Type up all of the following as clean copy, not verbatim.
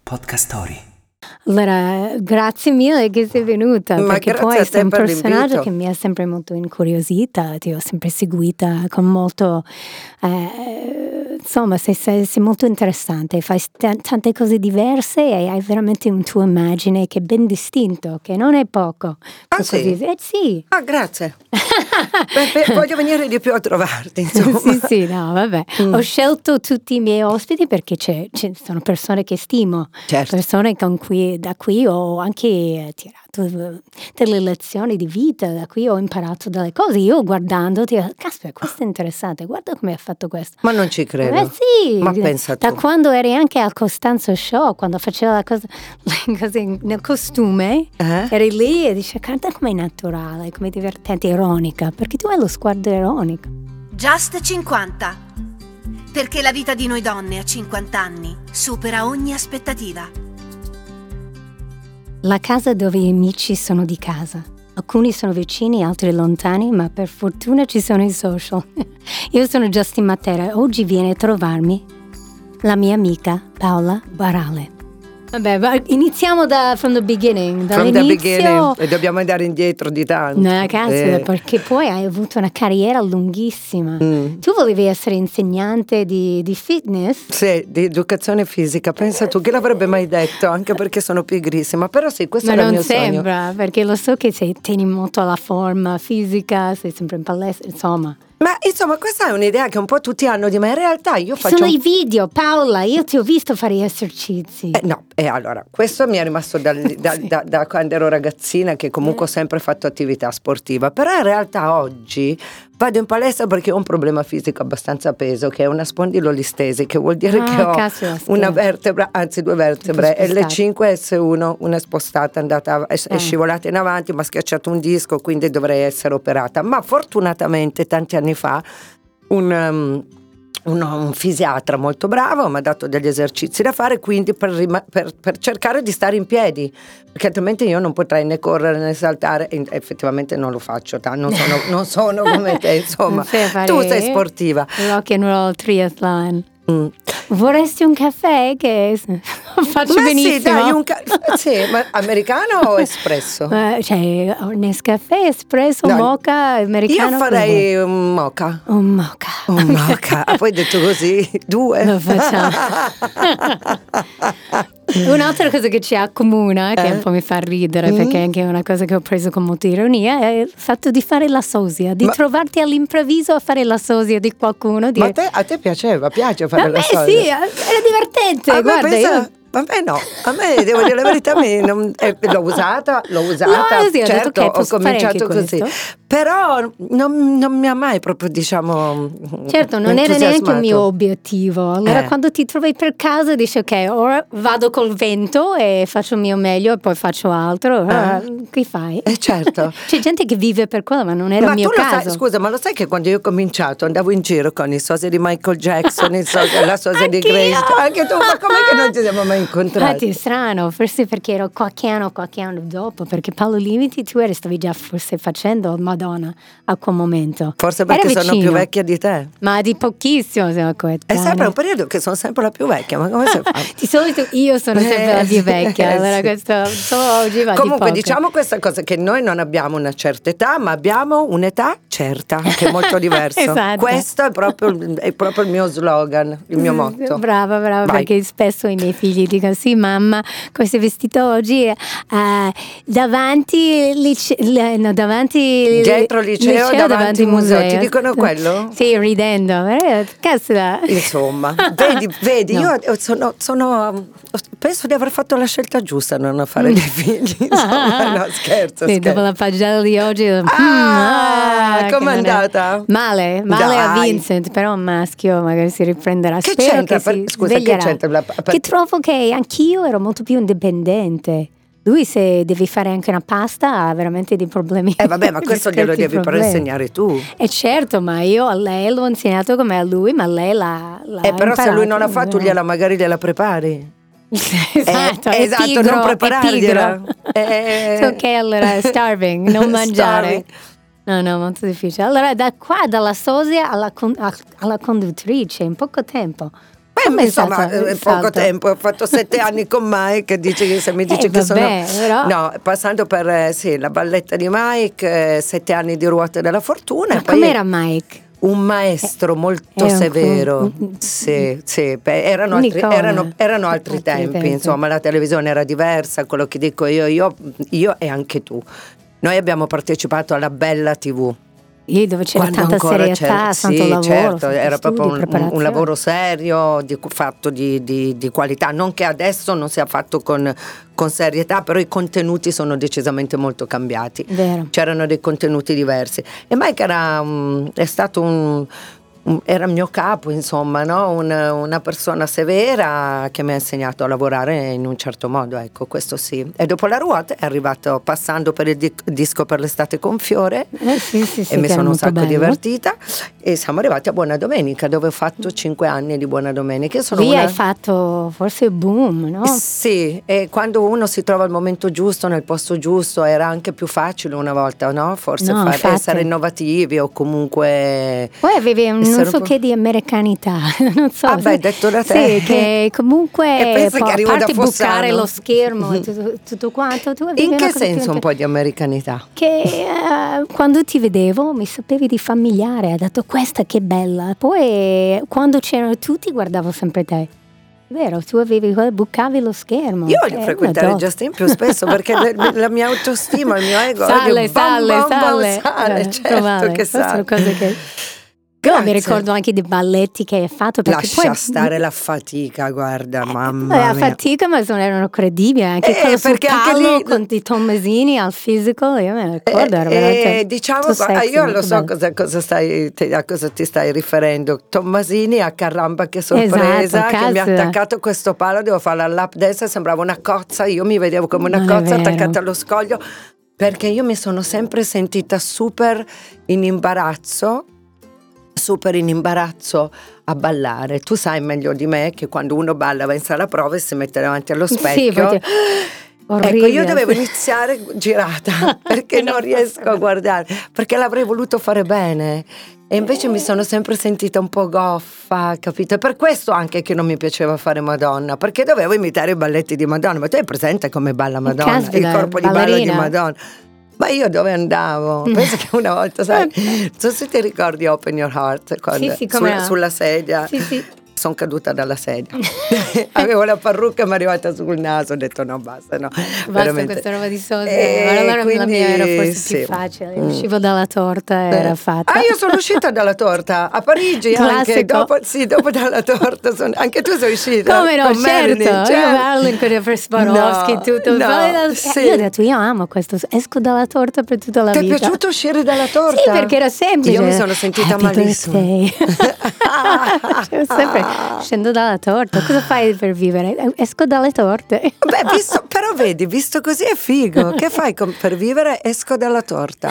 Podcast Story. Allora, grazie mille che sei venuta, Ma perché grazie poi a sei te un per personaggio l'invito. che mi ha sempre molto incuriosita, ti ho sempre seguita con molto, insomma, sei molto interessante, fai tante cose diverse e hai veramente un tuo immagine che è ben distinto, che non è poco. Ah, sì? Sì. Ah, grazie. Voglio venire di più a trovarti, insomma. Sì, no, vabbè. Ho scelto tutti i miei ospiti perché sono persone che stimo, Certo. persone da cui ho anche tirato delle lezioni di vita, da cui ho imparato delle cose. Io guardandoti, caspita, questo è interessante, guarda come ha fatto questo. Ma non ci credo. Sì, Ma pensa da tu. quando eri anche al Costanzo Show, quando faceva la cosa così, nel costume, eri lì e dice, guarda com'è naturale, com'è divertente, ironica, perché tu hai lo sguardo ironico. Just 50. Perché la vita di noi donne a 50 anni supera ogni aspettativa. La casa dove gli amici sono di casa. Alcuni sono vicini, altri lontani, ma per fortuna ci sono i social. Io sono Justin Matera e oggi viene a trovarmi la mia amica Paola Barale. Vabbè, iniziamo from the beginning. From the Dall'inizio. beginning. E dobbiamo andare indietro di tanto. No, cazzo, perché poi hai avuto una carriera lunghissima. Tu volevi essere insegnante di fitness? Sì, di educazione fisica. Pensa tu, chi l'avrebbe mai detto? Anche perché sono pigrissima. Però sì, questo Ma era il non mio sogno. sembra, perché lo so che tieni molto alla forma fisica, sei sempre in palestra, insomma. Ma insomma, questa è un'idea che un po' tutti hanno di me. In realtà io faccio... Sono i video, Paola, io ti ho visto fare gli esercizi. No, e allora, questo mi è rimasto da quando ero ragazzina, che comunque ho sempre fatto attività sportiva, però in realtà oggi vado in palestra perché ho un problema fisico abbastanza peso, che è una spondilolistesi, che vuol dire che ho una vertebra, anzi 2 vertebre, L5S1, una è spostata, è scivolata in avanti, mi ha schiacciato un disco, quindi dovrei essere operata. Ma fortunatamente tanti anni fa un fisiatra molto bravo mi ha dato degli esercizi da fare, quindi per cercare di stare in piedi, perché altrimenti io non potrei né correre né saltare, e effettivamente non lo faccio, non sono come te, insomma. Tu sei sportiva. Rock and roll triathlon. Vorresti un caffè? Che faccio benissimo. Sì, dai, sì, ma americano o espresso? Cioè, Nescafè, espresso, mocha, americano. Io farei un mocha. Un mocha. Poi detto così, 2. Lo facciamo. Un'altra cosa che ci accomuna, che un po' mi fa ridere, perché è anche una cosa che ho preso con molta ironia, è il fatto di fare la sosia, di trovarti all'improvviso a fare la sosia di qualcuno. Ma a te piace fare la sosia? Sì, era divertente, guarda, Vabbè no, a me devo dire la verità, l'ho usata, sì, certo, ho cominciato così, però non mi ha mai proprio, diciamo, certo, non era neanche il mio obiettivo. Allora quando ti trovi per casa dici ok, ora vado col vento e faccio il mio meglio e poi faccio altro, che fai? Certo. C'è gente che vive per quello, ma non era il mio caso. Sai, scusa, ma lo sai che quando io ho cominciato andavo in giro con i sosia di Michael Jackson, la sosia di Grace, anche tu, ma com'è che non ci siamo mai incontrati? È strano, forse perché ero qualche anno dopo, perché Paolo Limiti tu stavi già forse facendo Madonna a quel momento. Forse perché sono più vecchia di te. Ma di pochissimo siamo coetanee. È sempre un periodo che sono sempre la più vecchia, ma come si fa? Di solito io sono sempre la più vecchia, allora questo solo oggi va comunque di poco. Diciamo questa cosa, che noi non abbiamo una certa età, ma abbiamo un'età certa, che è molto diverso. Esatto. Questo è proprio il mio slogan, il mio motto. Brava, perché spesso i miei figli dicono sì mamma, come sei vestito oggi? Davanti dietro il liceo, davanti al museo. Ti dicono quello? Sì, ridendo. Cazzo. Insomma, vedi, no. Io penso di aver fatto la scelta giusta non a fare dei figli. Insomma, no, scherzo. Dopo la pagella di oggi. Com'è andata? Male a Vincent, però un maschio magari si riprenderà. Che spero c'entra? che Scusa, che c'entra? Che trovo che anch'io ero molto più indipendente. Lui, se devi fare anche una pasta, ha veramente dei problemi. Vabbè, ma questo glielo devi però insegnare tu. Certo, ma io a lei l'ho insegnato come a lui, ma lei l'ha però imparato. Se lui non la fa, tu magari gliela prepari. Esatto, pigro, non preparargliela. Ok, allora starving, non mangiare. No, molto difficile. Allora da qua, dalla sosia alla conduttrice, in poco tempo. Com'è insomma, stato il poco salto? tempo, ho fatto 7 anni con Mike, dici che se mi dici che vabbè, sono... però- No, passando per la balletta di Mike, 7 anni di ruote della fortuna. Ma E poi com'era Mike? un maestro molto È un- severo, sì, erano un'icona. erano altri tempi, insomma, la televisione era diversa, quello che dico io e anche tu. Noi abbiamo partecipato alla Bella TV. Dove c'era Quando tanta ancora serietà, tanto lavoro, certo, tanti era studi, proprio un preparazione. lavoro serio, fatto di qualità, non che adesso non sia fatto con serietà, però i contenuti sono decisamente molto cambiati. Vero. C'erano dei contenuti diversi. E Mike è stato era il mio capo, insomma, no? Una persona severa che mi ha insegnato a lavorare in un certo modo, ecco, questo sì. E dopo la ruota è arrivato passando per il disco per l'estate con Fiore, Sì, e mi che era sono un molto sacco bello. divertita, e siamo arrivati a Buona Domenica, dove ho fatto 5 anni di Buona Domenica. Io sono Lì una... hai fatto forse il boom, no? Sì, e quando uno si trova al momento giusto, nel posto giusto, era anche più facile una volta, no? Forse No, infatti. essere innovativi o comunque... Poi avevi non essere so un po'... che di americanità, non so. Ah beh, detto da te. Sì, che comunque E pensa che a arrivo parte da Fossano. bucare lo schermo e tutto quanto, tu avevi In una che cosa senso più- un po' di americanità? Che quando ti vedevo mi sapevi di familiare, ho detto questa che bella. Poi quando c'erano tutti guardavo sempre te. Vero, tu bucavi lo schermo. Io voglio frequentare una Justin più spesso perché la mia autostima, il mio ego sale, sale, certo provare. che Sono sale. cose che... Però mi Grazie. ricordo anche dei balletti che hai fatto. Perché Lascia poi, stare la fatica, guarda, mamma la mia. fatica, ma erano credibili anche quello sul perché anche palco lì- con i Tommasini al physical, io me lo ricordo, era veramente diciamo, tutto sexy, io lo molto so bello. a cosa ti stai riferendo. Tommasini, a caramba che sorpresa, Esatto, che mi ha cazzo. attaccato questo palo, devo fare la lap dance, sembrava una cozza, io mi vedevo come una Non è cozza vero. attaccata allo scoglio, perché io mi sono sempre sentita super in imbarazzo a ballare. Tu sai meglio di me che quando uno balla va in sala prova e si mette davanti allo Sì, specchio. poi orribile. Ecco, io dovevo iniziare girata perché non riesco a guardare, perché l'avrei voluto fare bene. E invece mi sono sempre sentita un po' goffa, capito? È per questo anche che non mi piaceva fare Madonna, perché dovevo imitare i balletti di Madonna. Ma tu hai presente come balla Madonna? Caspita, Il corpo di ballo di ballerina. Madonna. Ma io dove andavo? Penso che una volta, sai, non so se ti ricordi Open Your Heart, quando Sì, come no. sulla sedia. Sì. Sono caduta dalla sedia. Avevo la parrucca e mi è arrivata sul naso, ho detto no, basta, no. Basta questa roba di soldi. Ma allora la mia era forse più facile. Uscivo dalla torta, era fatta. Ah, io sono uscita dalla torta a Parigi anche Classico. dopo dalla torta. Anche tu sei uscita. Come no, con Marilyn, certo. Io Marilyn con il Swarovski, No, tutto. no, sì. Io ho detto, io amo questo, esco dalla torta per tutta la Ti è vita. piaciuto uscire dalla torta? Sì, perché era semplice. Io mi sono sentita Happy malissimo. birthday. Cioè, sempre scendo dalla torta. Cosa fai per vivere? Esco dalle torte. Beh, però vedi, visto così è figo. Che fai per vivere? Esco dalla torta.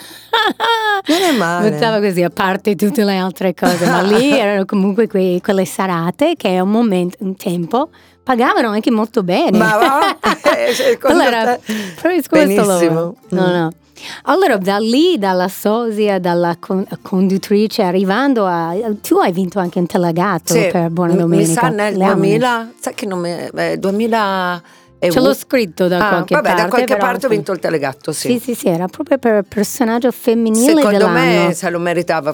Non è male. Buttava così, a parte tutte le altre cose, ma lì erano comunque quelle serate che a un tempo pagavano anche molto bene. Ma va? Allora, proprio questo Benissimo. lavoro. No. Allora, da lì, dalla sosia, dalla conduttrice, arrivando a... Tu hai vinto anche un telagato per Buona Domenica. Mi sa nel 2000, sai che non mi... 2000... Ce l'ho scritto da qualche parte. Da qualche però, parte ho vinto il telegatto, sì. Sì, era proprio per personaggio femminile Secondo dell'anno. me se lo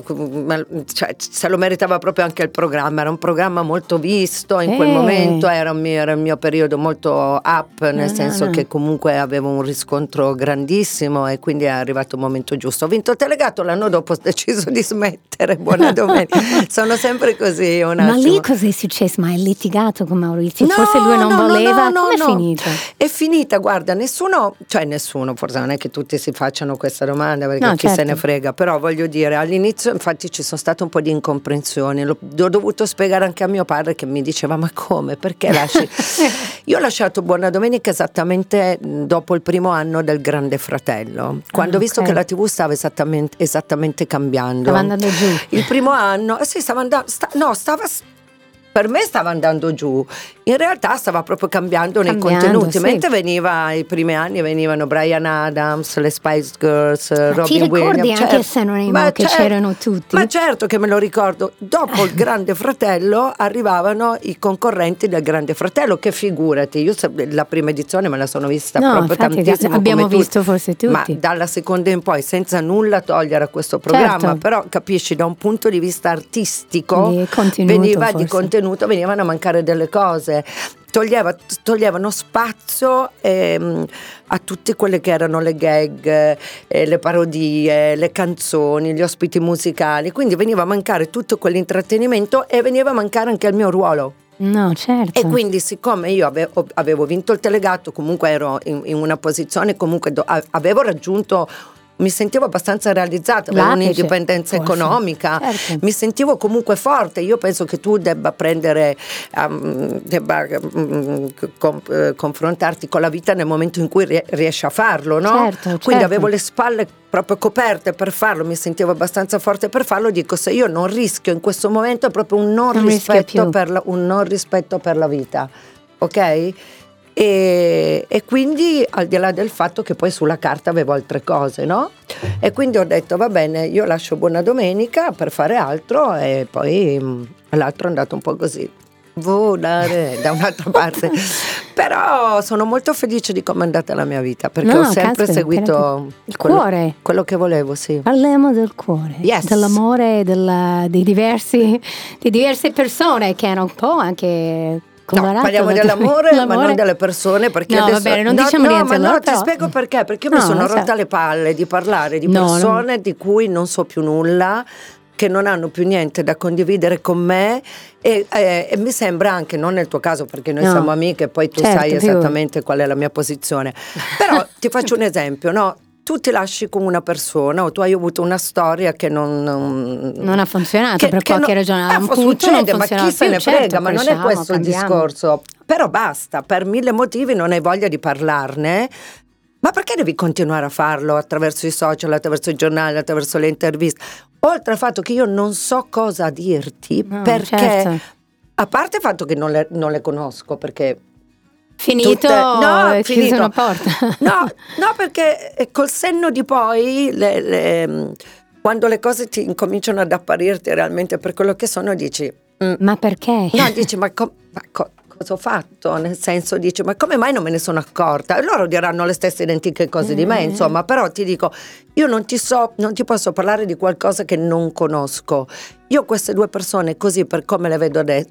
meritava proprio anche il programma. Era un programma molto visto in quel momento, era il mio periodo molto up, nel senso che comunque avevo un riscontro grandissimo e quindi è arrivato il momento giusto. Ho vinto il telegatto, l'anno dopo ho deciso di smettere. Buona domenica. Sono sempre così un attimo. Ma lì cosa è successo? Ma hai litigato con Maurizio? Forse lui non voleva? No, Come è finita? È finita, guarda, nessuno, forse non è che tutti si facciano questa domanda perché chi certo. se ne frega, però voglio dire, all'inizio infatti ci sono state un po' di incomprensioni, l'ho dovuto spiegare anche a mio padre che mi diceva ma come, perché lasci? Io ho lasciato Buona Domenica esattamente dopo il primo anno del Grande Fratello, quando ho visto che la TV stava esattamente cambiando. Stava andando giù. Il primo anno, sì, stava andando, per me stava andando giù, in realtà stava proprio cambiando nei Cambiando, contenuti, sì. mentre i primi anni venivano Bryan Adams, le Spice Girls, Ma Robin ti ricordi Williams, anche certo. Sanremo Ma che certo, c'erano tutti? ma certo che me lo ricordo. Dopo il Grande Fratello arrivavano i concorrenti del Grande Fratello, che figurati, io la prima edizione me la sono vista No, proprio infatti, tantissimo, abbiamo come visto forse tutti. ma dalla seconda in poi, senza nulla togliere a questo programma, Certo. però capisci, da un punto di vista artistico Di contenuto, di forse. contenuto venivano a mancare delle cose. Toglievano spazio a tutte quelle che erano le gag, le parodie, le canzoni, gli ospiti musicali, quindi veniva a mancare tutto quell'intrattenimento e veniva a mancare anche il mio ruolo. No, certo. E quindi, siccome io avevo vinto il telegatto, comunque ero in una posizione, comunque avevo raggiunto, mi sentivo abbastanza realizzata, avevo L'apice, un'indipendenza forse. economica, Certo. mi sentivo comunque forte. Io penso che tu debba prendere, confrontarti con la vita nel momento in cui riesci a farlo, no? Certo. Quindi avevo le spalle proprio coperte per farlo, mi sentivo abbastanza forte per farlo. Dico, se io non rischio in questo momento, è proprio un non rispetto per la vita, ok? E quindi, al di là del fatto che poi sulla carta avevo altre cose, no? E quindi ho detto, va bene, io lascio Buona Domenica per fare altro, e poi l'altro è andato un po' così, volare da un'altra parte. Però sono molto felice di come è andata la mia vita, perché ho sempre seguito il cuore. quello che volevo, sì. Parliamo del cuore, Yes. dell'amore, di diverse persone che erano un po' anche... No, parliamo dell'amore, ma non delle persone, perché no, adesso va bene, non diciamo niente. Ma allora, ti spiego perché, perché io mi sono rotta le palle di parlare di persone di cui non so più nulla, che non hanno più niente da condividere con me, e mi sembra anche, non nel tuo caso perché noi siamo amiche e poi tu sai esattamente qual è la mia posizione, però ti faccio un esempio, no? Tu ti lasci con una persona, o tu hai avuto una storia che non ha funzionato, per qualche ragione, un punto succede, non ma chi se ne frega, ma non è questo il discorso. Però basta, per 1000 motivi non hai voglia di parlarne. Ma perché devi continuare a farlo attraverso i social, attraverso i giornali, attraverso le interviste? Oltre al fatto che io non so cosa dirti, perché a parte il fatto che non le conosco, perché finito, chiuso una porta. No, perché col senno di poi, quando le cose ti incominciano ad apparirti realmente per quello che sono, dici... Ma perché? No, dici, cosa ho fatto? Nel senso, dici, ma come mai non me ne sono accorta? E loro diranno le stesse identiche cose di me, insomma, però ti dico, io non ti posso parlare di qualcosa che non conosco. Io queste due persone, così per come le vedo adesso,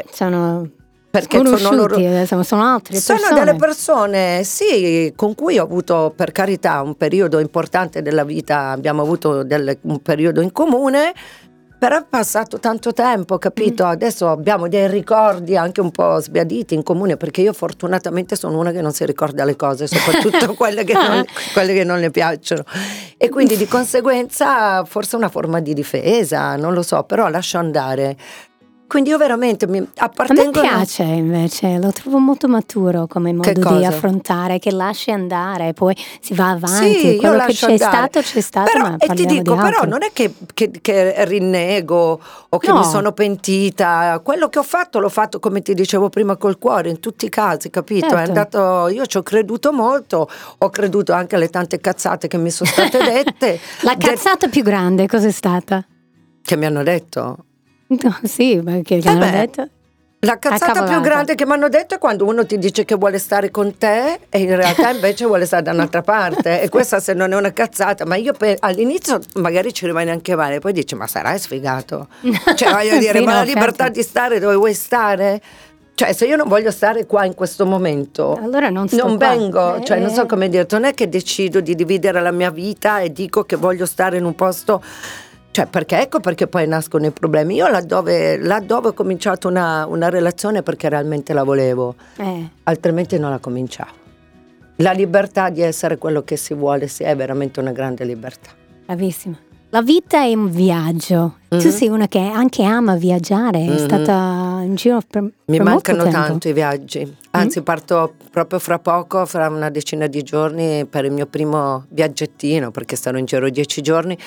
perché sono loro, sono altre persone. Sono delle persone, sì, con cui ho avuto, per carità, un periodo importante della vita, abbiamo avuto un periodo in comune, però è passato tanto tempo, capito? Adesso abbiamo dei ricordi anche un po' sbiaditi in comune, perché io fortunatamente sono una che non si ricorda le cose, soprattutto quelle che non le piacciono, e quindi di conseguenza forse una forma di difesa, non lo so, però lascio andare. Quindi io veramente appartengo. A me piace invece, lo trovo molto maturo come modo di affrontare, che lasci andare, poi si va avanti. Sì, quello io che c'è stato, però, ma e ti dico, di altro. però non è che rinnego o che mi sono pentita. Quello che ho fatto l'ho fatto, come ti dicevo prima, col cuore, in tutti i casi, capito? Certo. È andato, io ci ho creduto molto, ho creduto anche alle tante cazzate che mi sono state dette. La cazzata più grande cos'è stata? Che mi hanno detto? No, sì, perché hanno detto? La cazzata più grande che mi hanno detto è quando uno ti dice che vuole stare con te e in realtà invece vuole stare da un'altra parte, e questa, se non è una cazzata, ma io all'inizio magari ci rimane anche male, poi dici, ma sarai sfigato? Cioè, voglio dire, sì, ma no, la libertà di stare dove vuoi stare? Cioè, se io non voglio stare qua in questo momento, allora non vengo, cioè non so come dire, non è che decido di dividere la mia vita e dico che voglio stare in un posto. Cioè, perché poi nascono i problemi. Io laddove ho cominciato una relazione perché realmente la volevo, altrimenti non la cominciavo. La libertà di essere quello che si vuole è veramente una grande libertà. Bravissima. La vita è un viaggio. Tu sei una che anche ama viaggiare, è stata in giro per Mi mancano molto tempo. tanto i viaggi, anzi parto proprio fra poco, fra una decina di giorni, per il mio primo viaggettino, perché starò in giro 10 giorni.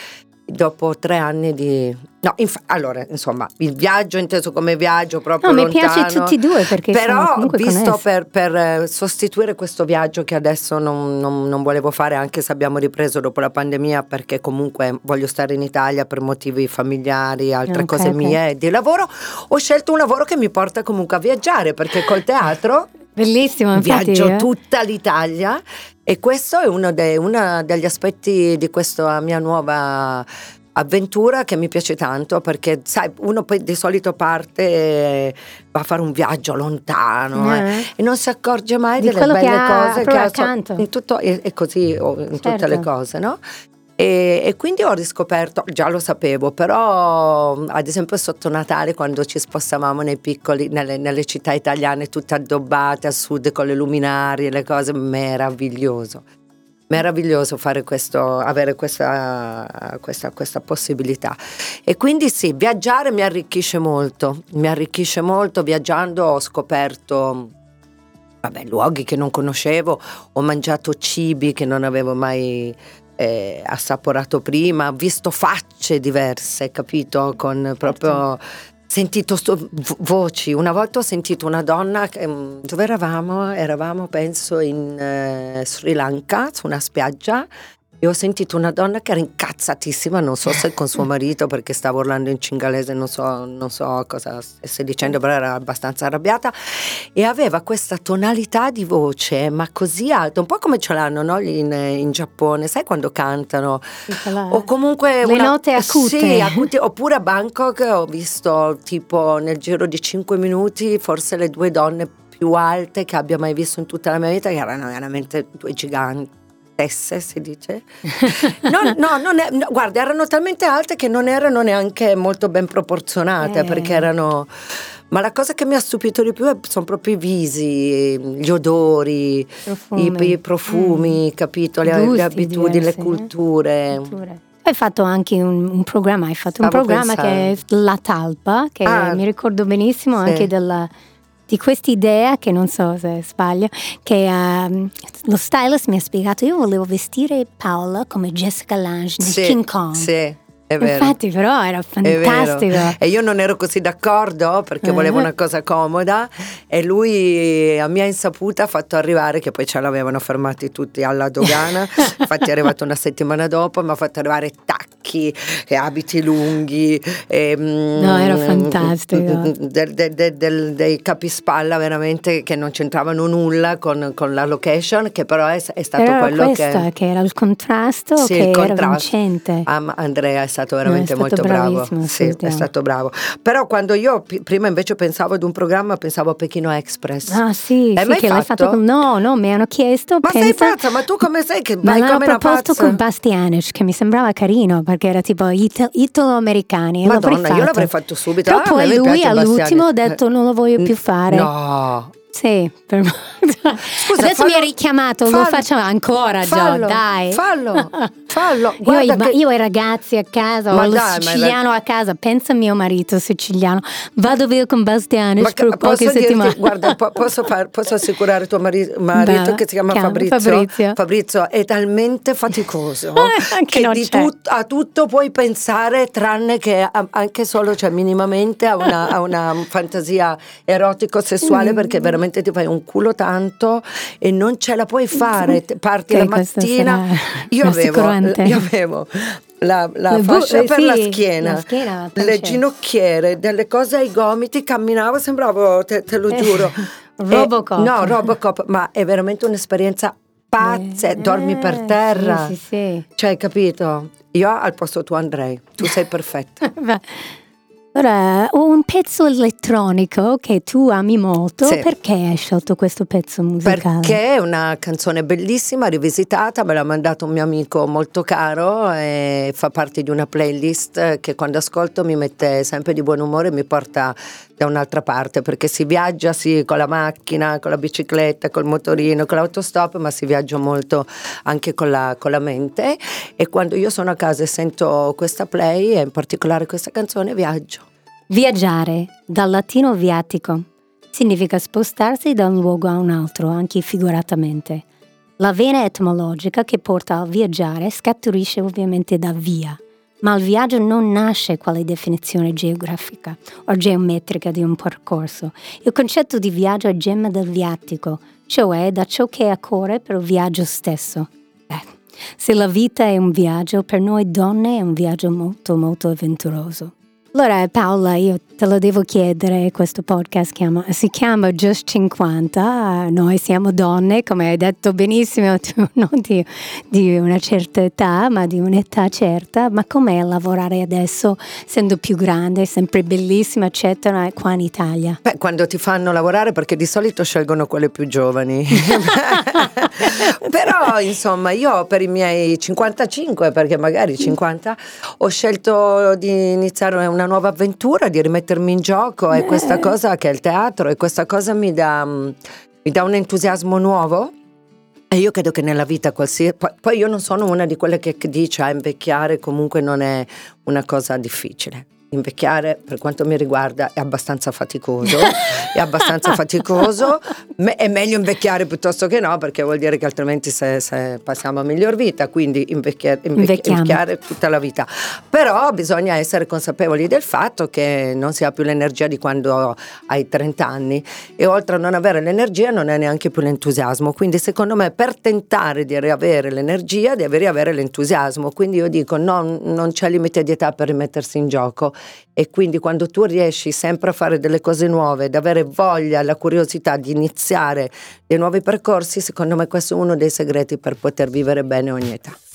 dopo 3 anni di... No, allora, insomma, il viaggio inteso come viaggio proprio No, lontano. mi piace tutti e due perché sono però comunque visto connessi. per sostituire questo viaggio che adesso non volevo fare, anche se abbiamo ripreso dopo la pandemia, perché comunque voglio stare in Italia per motivi familiari, altre Ok, cose ok. mie e di lavoro, ho scelto un lavoro che mi porta comunque a viaggiare, perché col teatro Bellissimo, infatti. viaggio tutta l'Italia, e questo è uno degli aspetti di questa mia nuova avventura che mi piace tanto, perché sai, uno poi di solito parte e va a fare un viaggio lontano e non si accorge mai Di delle quello che belle ha cose proprio ha accanto. in tutto, e così in tutte Certo. le cose, no? E quindi ho riscoperto, già lo sapevo, però ad esempio sotto Natale, quando ci spostavamo nei piccoli, nelle città italiane tutte addobbate a sud con le luminarie, le cose, meraviglioso fare questo, avere questa possibilità. E quindi sì, viaggiare mi arricchisce molto. Viaggiando ho scoperto luoghi che non conoscevo, ho mangiato cibi che non avevo mai assaporato prima, ho visto facce diverse, capito? Con proprio sentito voci. Una volta ho sentito una donna dove eravamo? Eravamo penso in Sri Lanka, su una spiaggia, e ho sentito una donna che era incazzatissima, non so se con suo marito, perché stava urlando in cingalese, non so cosa stesse dicendo, però era abbastanza arrabbiata, e aveva questa tonalità di voce, ma così alta, un po' come ce l'hanno, no? In Giappone, sai quando cantano? O comunque le note acute. Sì, acute. Oppure a Bangkok ho visto tipo nel giro di 5 minuti forse le 2 donne più alte che abbia mai visto in tutta la mia vita, che erano veramente 2 giganti. Si dice? No, guarda, erano talmente alte che non erano neanche molto ben proporzionate, perché erano... Ma la cosa che mi ha stupito di più sono proprio i visi, gli odori, i profumi, capito? Le abitudini, diversi, le culture. Hai fatto anche un programma, che è La Talpa, che mi ricordo benissimo anche di quest'idea, che non so se sbaglio, che lo stylist mi ha spiegato. Io volevo vestire Paola come Jessica Lange nel King Kong. Sì, è vero. Infatti però era fantastico. E io non ero così d'accordo, perché volevo una cosa comoda, e lui a mia insaputa ha fatto arrivare, che poi ce l'avevano fermati tutti alla dogana, infatti è arrivato una settimana dopo, mi ha fatto arrivare tacchi e abiti lunghi no, era fantastico, dei capispalla veramente che non c'entravano nulla con la location, che però è stato era quello che era il contrasto, sì, che il era contrasto. vincente. Andrea è stato veramente molto bravo. Sì, è stato bravo. Però quando io prima invece pensavo ad un programma, pensavo a Pechino Express. Ah sì, mai che l'hai fatto no, mi hanno chiesto. Ma sei pazza? Ma tu come sei che vai come una pazza? Ma l'ho proposto con Bastianic, che mi sembrava carino, perché era tipo italo-americani. Madonna, io l'avrei fatto subito. Però poi lui all'ultimo ha detto non lo voglio più fare. No. Sì, Scusa, adesso mi ha richiamato, lo facciamo ancora, Gio, dai. Fallo. Io ho i ragazzi a casa, ho lo siciliano a casa, pensa a mio marito siciliano, vado via con Bastianic per qualche settimana. Guarda, posso assicurare tuo marito che si chiama Fabrizio è talmente faticoso che a tutto puoi pensare, tranne che anche solo, cioè minimamente a una fantasia erotico-sessuale, perché veramente ti fai un culo tanto e non ce la puoi fare, parti la mattina. Io avevo la fascia per la schiena, le ginocchiere, delle cose ai gomiti, camminavo, sembravo, te lo giuro, Robocop, ma è veramente un'esperienza pazza, dormi per terra, sì. Cioè, capito? Io al posto tuo andrei, tu sei perfetta. Ora, ho un pezzo elettronico che tu ami molto. Sì. Perché hai scelto questo pezzo musicale? Perché è una canzone bellissima, rivisitata, me l'ha mandato un mio amico molto caro e fa parte di una playlist che quando ascolto mi mette sempre di buon umore e mi porta da un'altra parte, perché si viaggia sì con la macchina, con la bicicletta, col motorino, con l'autostop, ma si viaggia molto anche con la mente, e quando io sono a casa e sento questa play, e in particolare questa canzone, viaggio. Viaggiare, dal latino viatico, significa spostarsi da un luogo a un altro, anche figuratamente. La vena etimologica che porta a viaggiare scaturisce ovviamente da via, Ma il viaggio non nasce quale definizione geografica o geometrica di un percorso. Il concetto di viaggio è gemma del viatico, cioè da ciò che occorre per il viaggio stesso. Se la vita è un viaggio, per noi donne è un viaggio molto molto avventuroso. Allora Paola, io te lo devo chiedere, questo podcast si chiama Just 50, noi siamo donne, come hai detto benissimo tu, non di una certa età, ma di un'età certa, ma com'è lavorare adesso, essendo più grande, sempre bellissima, eccetera, qua in Italia? Beh, quando ti fanno lavorare, perché di solito scelgono quelle più giovani. Però insomma io per i miei 55, perché magari 50, ho scelto di iniziare una nuova avventura, di rimettermi in gioco, e questa cosa che è il teatro, e questa cosa mi dà un entusiasmo nuovo. E io credo che nella vita qualsiasi, poi io non sono una di quelle che dice invecchiare comunque non è una cosa difficile. Invecchiare, per quanto mi riguarda, è abbastanza faticoso. È meglio invecchiare piuttosto che no, perché vuol dire che altrimenti se passiamo a miglior vita, quindi invecchiare tutta la vita. Però bisogna essere consapevoli del fatto che non si ha più l'energia di quando hai 30 anni, e oltre a non avere l'energia non hai neanche più l'entusiasmo. Quindi secondo me, per tentare di riavere l'energia devi riavere l'entusiasmo. Quindi io dico non c'è limite di età per rimettersi in gioco. E quindi quando tu riesci sempre a fare delle cose nuove, ad avere voglia, la curiosità di iniziare dei nuovi percorsi, secondo me questo è uno dei segreti per poter vivere bene ogni età.